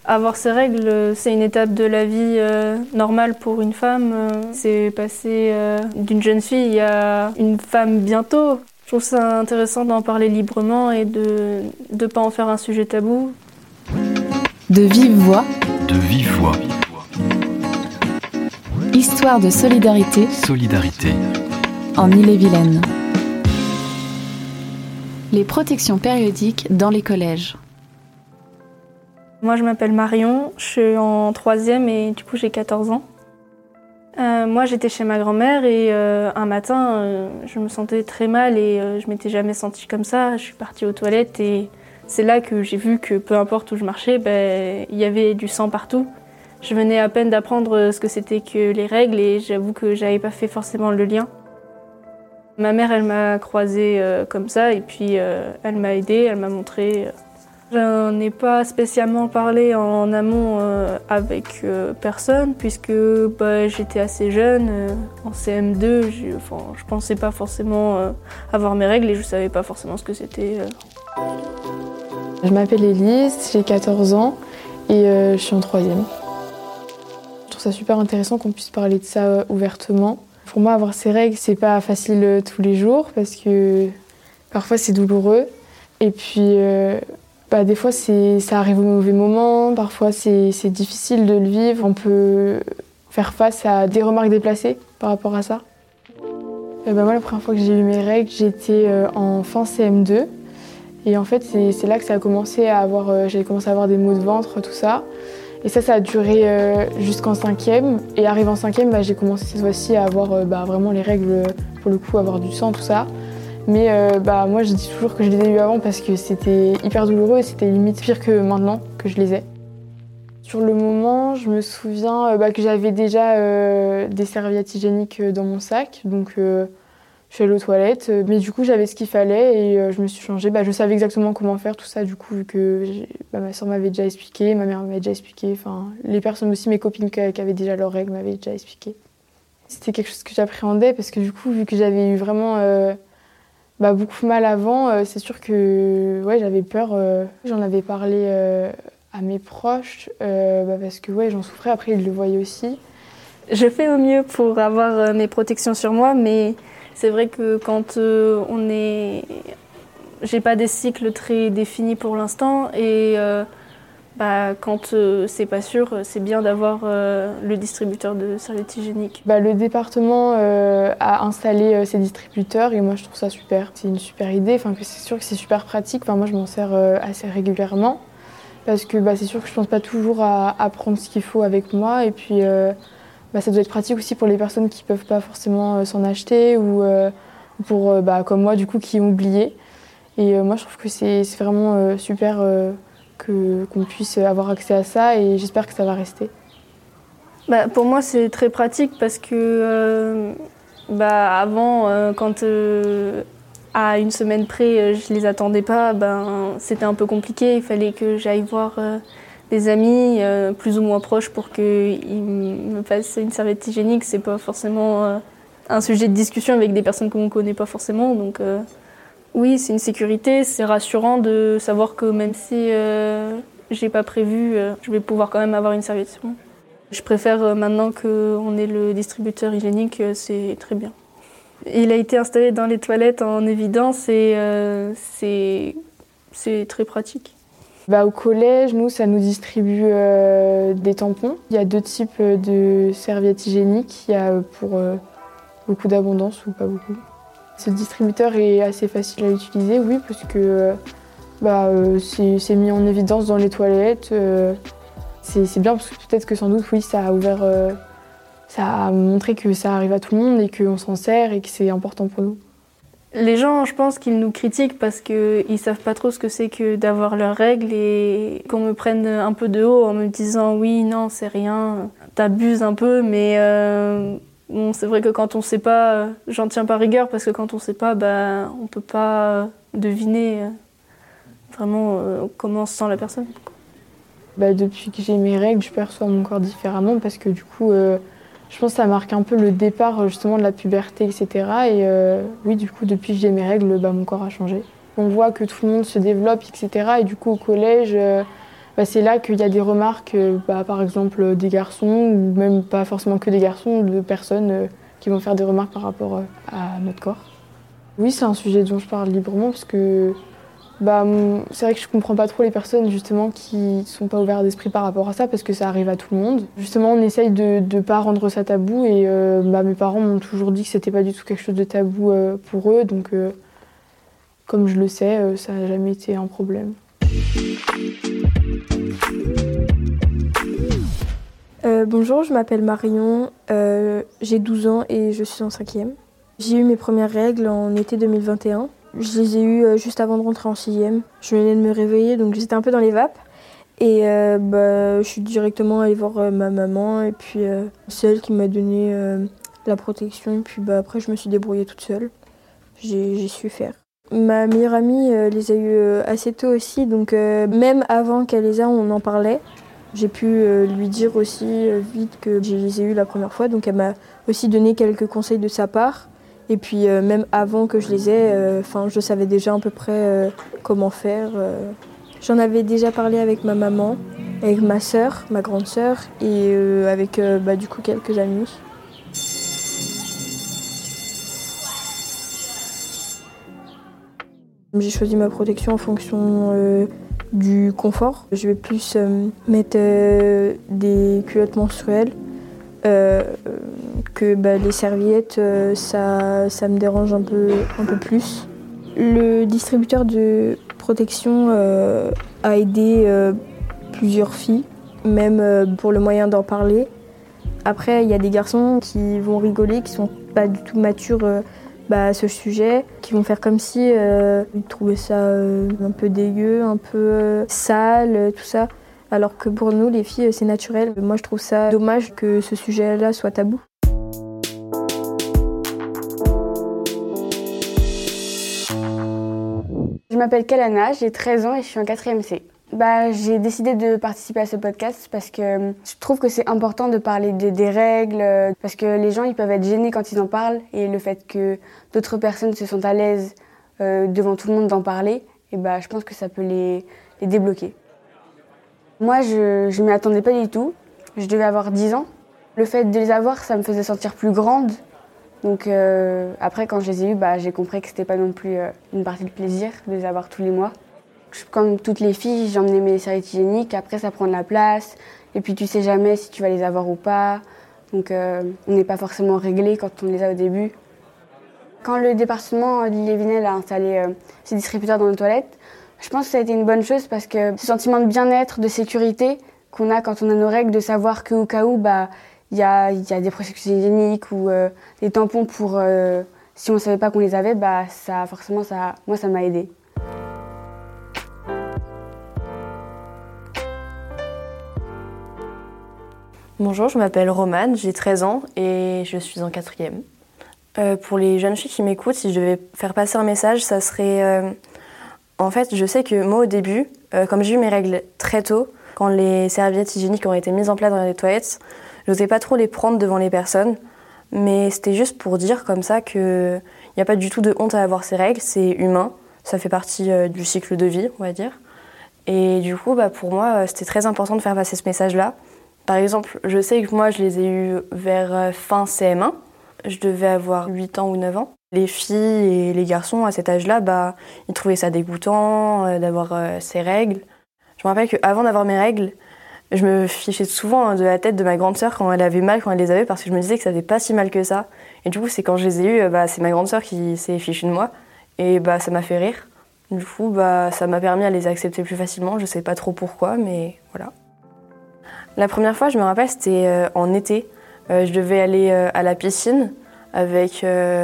Avoir ses règles, c'est une étape de la vie normale pour une femme. C'est passer d'une jeune fille à une femme bientôt. Je trouve ça intéressant d'en parler librement et de ne pas en faire un sujet tabou. De vive voix. De vive voix. Histoire de solidarité. Solidarité. En Ille-et-Vilaine. Les protections périodiques dans les collèges. Moi, je m'appelle Marion, je suis en 3e et du coup, j'ai 14 ans. Moi, j'étais chez ma grand-mère et un matin, je me sentais très mal et je m'étais jamais sentie comme ça. Je suis partie aux toilettes et c'est là que j'ai vu que peu importe où je marchais, il y avait du sang partout. Je venais à peine d'apprendre ce que c'était que les règles et j'avoue que j'avais pas fait forcément le lien. Ma mère, elle m'a croisée comme ça et puis elle m'a aidée, elle m'a montré. J'en ai pas spécialement parlé en amont avec personne puisque j'étais assez jeune. En CM2, je pensais pas forcément avoir mes règles et je savais pas forcément ce que c'était. Je m'appelle Élise, j'ai 14 ans et je suis en 3e. Je trouve ça super intéressant qu'on puisse parler de ça ouvertement. Pour moi, avoir ces règles, c'est pas facile tous les jours parce que parfois c'est douloureux et puis des fois, ça arrive au mauvais moment, parfois c'est difficile de le vivre. On peut faire face à des remarques déplacées par rapport à ça. Moi, la première fois que j'ai eu mes règles, j'étais en fin CM2. Et en fait, c'est là que ça a commencé à avoir, j'ai commencé à avoir des maux de ventre, tout ça. Et ça a duré jusqu'en 5e. Et arrivé en 5e, j'ai commencé cette fois-ci à avoir vraiment les règles, pour le coup, avoir du sang, tout ça. Mais moi, je dis toujours que je les ai eues avant parce que c'était hyper douloureux et c'était limite pire que maintenant que je les ai. Sur le moment, je me souviens que j'avais déjà des serviettes hygiéniques dans mon sac. Donc, je suis allée aux toilettes. Mais du coup, j'avais ce qu'il fallait et je me suis changée. Je savais exactement comment faire tout ça, du coup, vu que ma soeur m'avait déjà expliqué, ma mère m'avait déjà expliqué. Enfin, les personnes aussi, mes copines qui avaient déjà leurs règles m'avaient déjà expliqué. C'était quelque chose que j'appréhendais parce que du coup, vu que j'avais eu vraiment beaucoup mal avant, c'est sûr que j'avais peur. J'en avais parlé à mes proches parce que j'en souffrais. Après, ils le voyaient aussi. Je fais au mieux pour avoir mes protections sur moi, mais c'est vrai que quand j'ai pas des cycles très définis pour l'instant et quand c'est pas sûr, c'est bien d'avoir le distributeur de serviettes hygiéniques. Le département a installé ces distributeurs et moi je trouve ça super. C'est une super idée, que c'est sûr que c'est super pratique. Moi je m'en sers assez régulièrement parce que c'est sûr que je pense pas toujours à prendre ce qu'il faut avec moi et puis ça doit être pratique aussi pour les personnes qui peuvent pas forcément s'en acheter ou pour comme moi du coup qui ont oublié. Et moi je trouve que c'est vraiment super qu'on puisse avoir accès à ça et j'espère que ça va rester. Pour moi, c'est très pratique parce que avant, quand à une semaine près, je les attendais pas, c'était un peu compliqué. Il fallait que j'aille voir des amis plus ou moins proches pour qu'ils me fassent une serviette hygiénique. C'est pas forcément un sujet de discussion avec des personnes qu'on ne connaît pas forcément. Donc, oui, c'est une sécurité, c'est rassurant de savoir que même si j'ai pas prévu, je vais pouvoir quand même avoir une serviette sur moi. Je préfère maintenant qu'on ait le distributeur hygiénique, c'est très bien. Il a été installé dans les toilettes en évidence et c'est très pratique. Au collège, ça nous distribue des tampons. Il y a 2 types de serviettes hygiéniques. Il y a pour beaucoup d'abondance ou pas beaucoup. Ce distributeur est assez facile à utiliser, oui, parce que c'est mis en évidence dans les toilettes. C'est bien parce que peut-être que sans doute, oui, ça a montré que ça arrive à tout le monde et qu'on s'en sert et que c'est important pour nous. Les gens, je pense qu'ils nous critiquent parce qu'ils savent pas trop ce que c'est que d'avoir leurs règles et qu'on me prenne un peu de haut en me disant « oui, non, c'est rien, t'abuses un peu », mais c'est vrai que quand on sait pas, j'en tiens pas rigueur parce que quand on sait pas, on peut pas deviner vraiment comment se sent la personne. Depuis que j'ai mes règles, je perçois mon corps différemment parce que du coup, je pense que ça marque un peu le départ justement de la puberté, etc. Et oui, du coup, depuis que j'ai mes règles, mon corps a changé. On voit que tout le monde se développe, etc. Et du coup, au collège, c'est là qu'il y a des remarques, par exemple des garçons, ou même pas forcément que des garçons, de personnes qui vont faire des remarques par rapport à notre corps. Oui, c'est un sujet dont je parle librement parce que c'est vrai que je comprends pas trop les personnes justement qui sont pas ouvertes d'esprit par rapport à ça parce que ça arrive à tout le monde. Justement, on essaye de pas rendre ça tabou et mes parents m'ont toujours dit que c'était pas du tout quelque chose de tabou pour eux, donc comme je le sais, ça n'a jamais été un problème. Bonjour, je m'appelle Marion, j'ai 12 ans et je suis en 5e. J'ai eu mes premières règles en été 2021. Je les ai eues juste avant de rentrer en 6e. Je venais de me réveiller, donc j'étais un peu dans les vapes. Et je suis directement allée voir ma maman, et puis c'est elle qui m'a donné la protection. Et puis après, je me suis débrouillée toute seule. J'ai su faire. Ma meilleure amie les a eues assez tôt aussi, donc même avant qu'elle les ait, on en parlait. J'ai pu lui dire aussi vite que je les ai eues la première fois, donc elle m'a aussi donné quelques conseils de sa part. Et puis même avant que je les ai, je savais déjà à peu près comment faire. J'en avais déjà parlé avec ma maman, avec ma sœur, ma grande sœur, et avec du coup quelques amis. J'ai choisi ma protection en fonction du confort. Je vais plus mettre des culottes menstruelles. Que les serviettes, ça me dérange un peu plus. Le distributeur de protection a aidé plusieurs filles, même pour le moyen d'en parler. Après, il y a des garçons qui vont rigoler, qui sont pas du tout matures à ce sujet, qui vont faire comme si ils trouvaient ça un peu dégueu, un peu sale, tout ça. Alors que pour nous, les filles, c'est naturel. Moi, je trouve ça dommage que ce sujet-là soit tabou. Je m'appelle Kalana, j'ai 13 ans et je suis en 4e C. J'ai décidé de participer à ce podcast parce que je trouve que c'est important de parler des règles, parce que les gens ils peuvent être gênés quand ils en parlent, et le fait que d'autres personnes se sentent à l'aise devant tout le monde d'en parler, et je pense que ça peut les débloquer. Moi, je m'y attendais pas du tout. Je devais avoir 10 ans. Le fait de les avoir, ça me faisait sentir plus grande. Donc après, quand je les ai eus, j'ai compris que c'était pas non plus une partie de plaisir de les avoir tous les mois. Comme toutes les filles, j'emmenais mes serviettes hygiéniques. Après, ça prend de la place. Et puis, tu sais jamais si tu vas les avoir ou pas. Donc, on n'est pas forcément réglé quand on les a au début. Quand le département d'Ille-et-Vilaine a installé ces distributeurs dans nos toilettes, je pense que ça a été une bonne chose parce que ce sentiment de bien-être, de sécurité qu'on a quand on a nos règles, de savoir qu'au cas où, il y a des protections hygiéniques ou des tampons pour si on ne savait pas qu'on les avait, moi ça m'a aidé. Bonjour, je m'appelle Romane, j'ai 13 ans et je suis en 4e. Pour les jeunes filles qui m'écoutent, si je devais faire passer un message, ça serait... En fait, je sais que moi au début, comme j'ai eu mes règles très tôt, quand les serviettes hygiéniques ont été mises en place dans les toilettes, je n'osais pas trop les prendre devant les personnes, mais c'était juste pour dire comme ça qu'il n'y a pas du tout de honte à avoir ces règles, c'est humain, ça fait partie du cycle de vie, on va dire. Et du coup, pour moi, c'était très important de faire passer ce message-là. Par exemple, je sais que moi, je les ai eus vers fin CM1, je devais avoir 8 ans ou 9 ans. Les filles et les garçons, à cet âge-là, ils trouvaient ça dégoûtant d'avoir ces règles. Je me rappelle qu'avant d'avoir mes règles, je me fichais souvent de la tête de ma grande sœur quand elle avait mal, quand elle les avait, parce que je me disais que ça n'avait pas si mal que ça. Et du coup, c'est quand je les ai eus, c'est ma grande sœur qui s'est fichue de moi. Et ça m'a fait rire. Du coup, ça m'a permis à les accepter plus facilement. Je sais pas trop pourquoi, mais voilà. La première fois, je me rappelle, c'était en été. Je devais aller à la piscine avec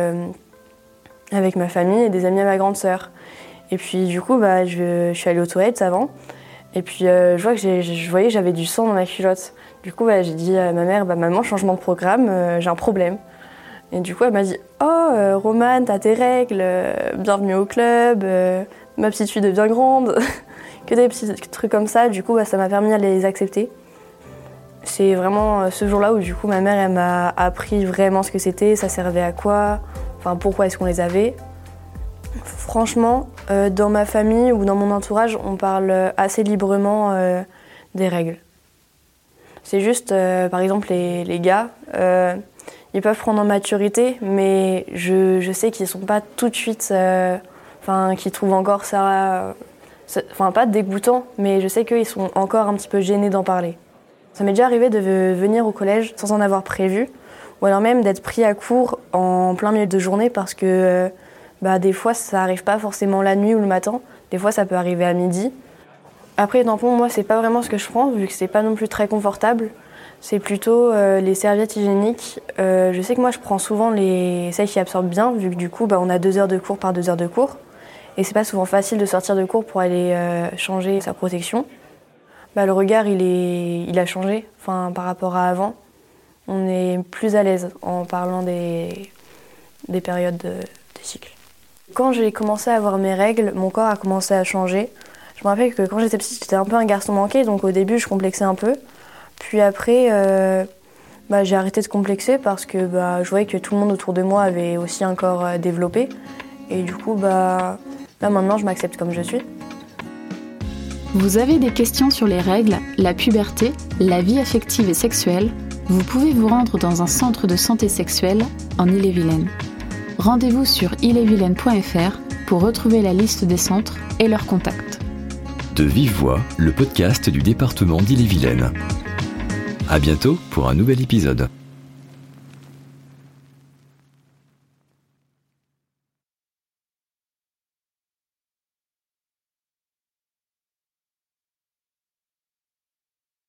ma famille et des amis à ma grande sœur. Et puis du coup, je suis allée aux toilettes avant. Et puis je voyais que j'avais du sang dans ma culotte. Du coup, j'ai dit à ma mère, maman, changement de programme, j'ai un problème. Et du coup, elle m'a dit, Romane, t'as tes règles, bienvenue au club, ma petite fille devient grande. Que des petits trucs comme ça. Du coup, ça m'a permis de les accepter. C'est vraiment ce jour-là où du coup ma mère elle m'a appris vraiment ce que c'était, ça servait à quoi, pourquoi est-ce qu'on les avait. Franchement, dans ma famille ou dans mon entourage, on parle assez librement des règles. C'est juste, par exemple, les gars, ils peuvent prendre en maturité, mais je sais qu'ils ne sont pas tout de suite, qu'ils trouvent encore ça, pas dégoûtant, mais je sais qu'ils sont encore un petit peu gênés d'en parler. Ça m'est déjà arrivé de venir au collège sans en avoir prévu, ou alors même d'être pris à court en plein milieu de journée parce que des fois ça n'arrive pas forcément la nuit ou le matin, des fois ça peut arriver à midi. Après les tampons, moi c'est pas vraiment ce que je prends vu que c'est pas non plus très confortable, c'est plutôt les serviettes hygiéniques. Je sais que moi je prends souvent celles qui absorbent bien vu que du coup on a 2 heures de cours par 2 heures de cours et c'est pas souvent facile de sortir de cours pour aller changer sa protection. Le regard il a changé par rapport à avant. On est plus à l'aise en parlant des périodes des cycles. Quand j'ai commencé à avoir mes règles, mon corps a commencé à changer. Je me rappelle que quand j'étais petite, j'étais un peu un garçon manqué, donc au début je complexais un peu. Puis après, j'ai arrêté de complexer parce que je voyais que tout le monde autour de moi avait aussi un corps développé. Et du coup, là maintenant je m'accepte comme je suis. Vous avez des questions sur les règles, la puberté, la vie affective et sexuelle? Vous pouvez vous rendre dans un centre de santé sexuelle en Ille-et-Vilaine. Rendez-vous sur illevilaine.fr pour retrouver la liste des centres et leurs contacts. De Vive Voix, le podcast du département d'Ille-et-Vilaine. À bientôt pour un nouvel épisode.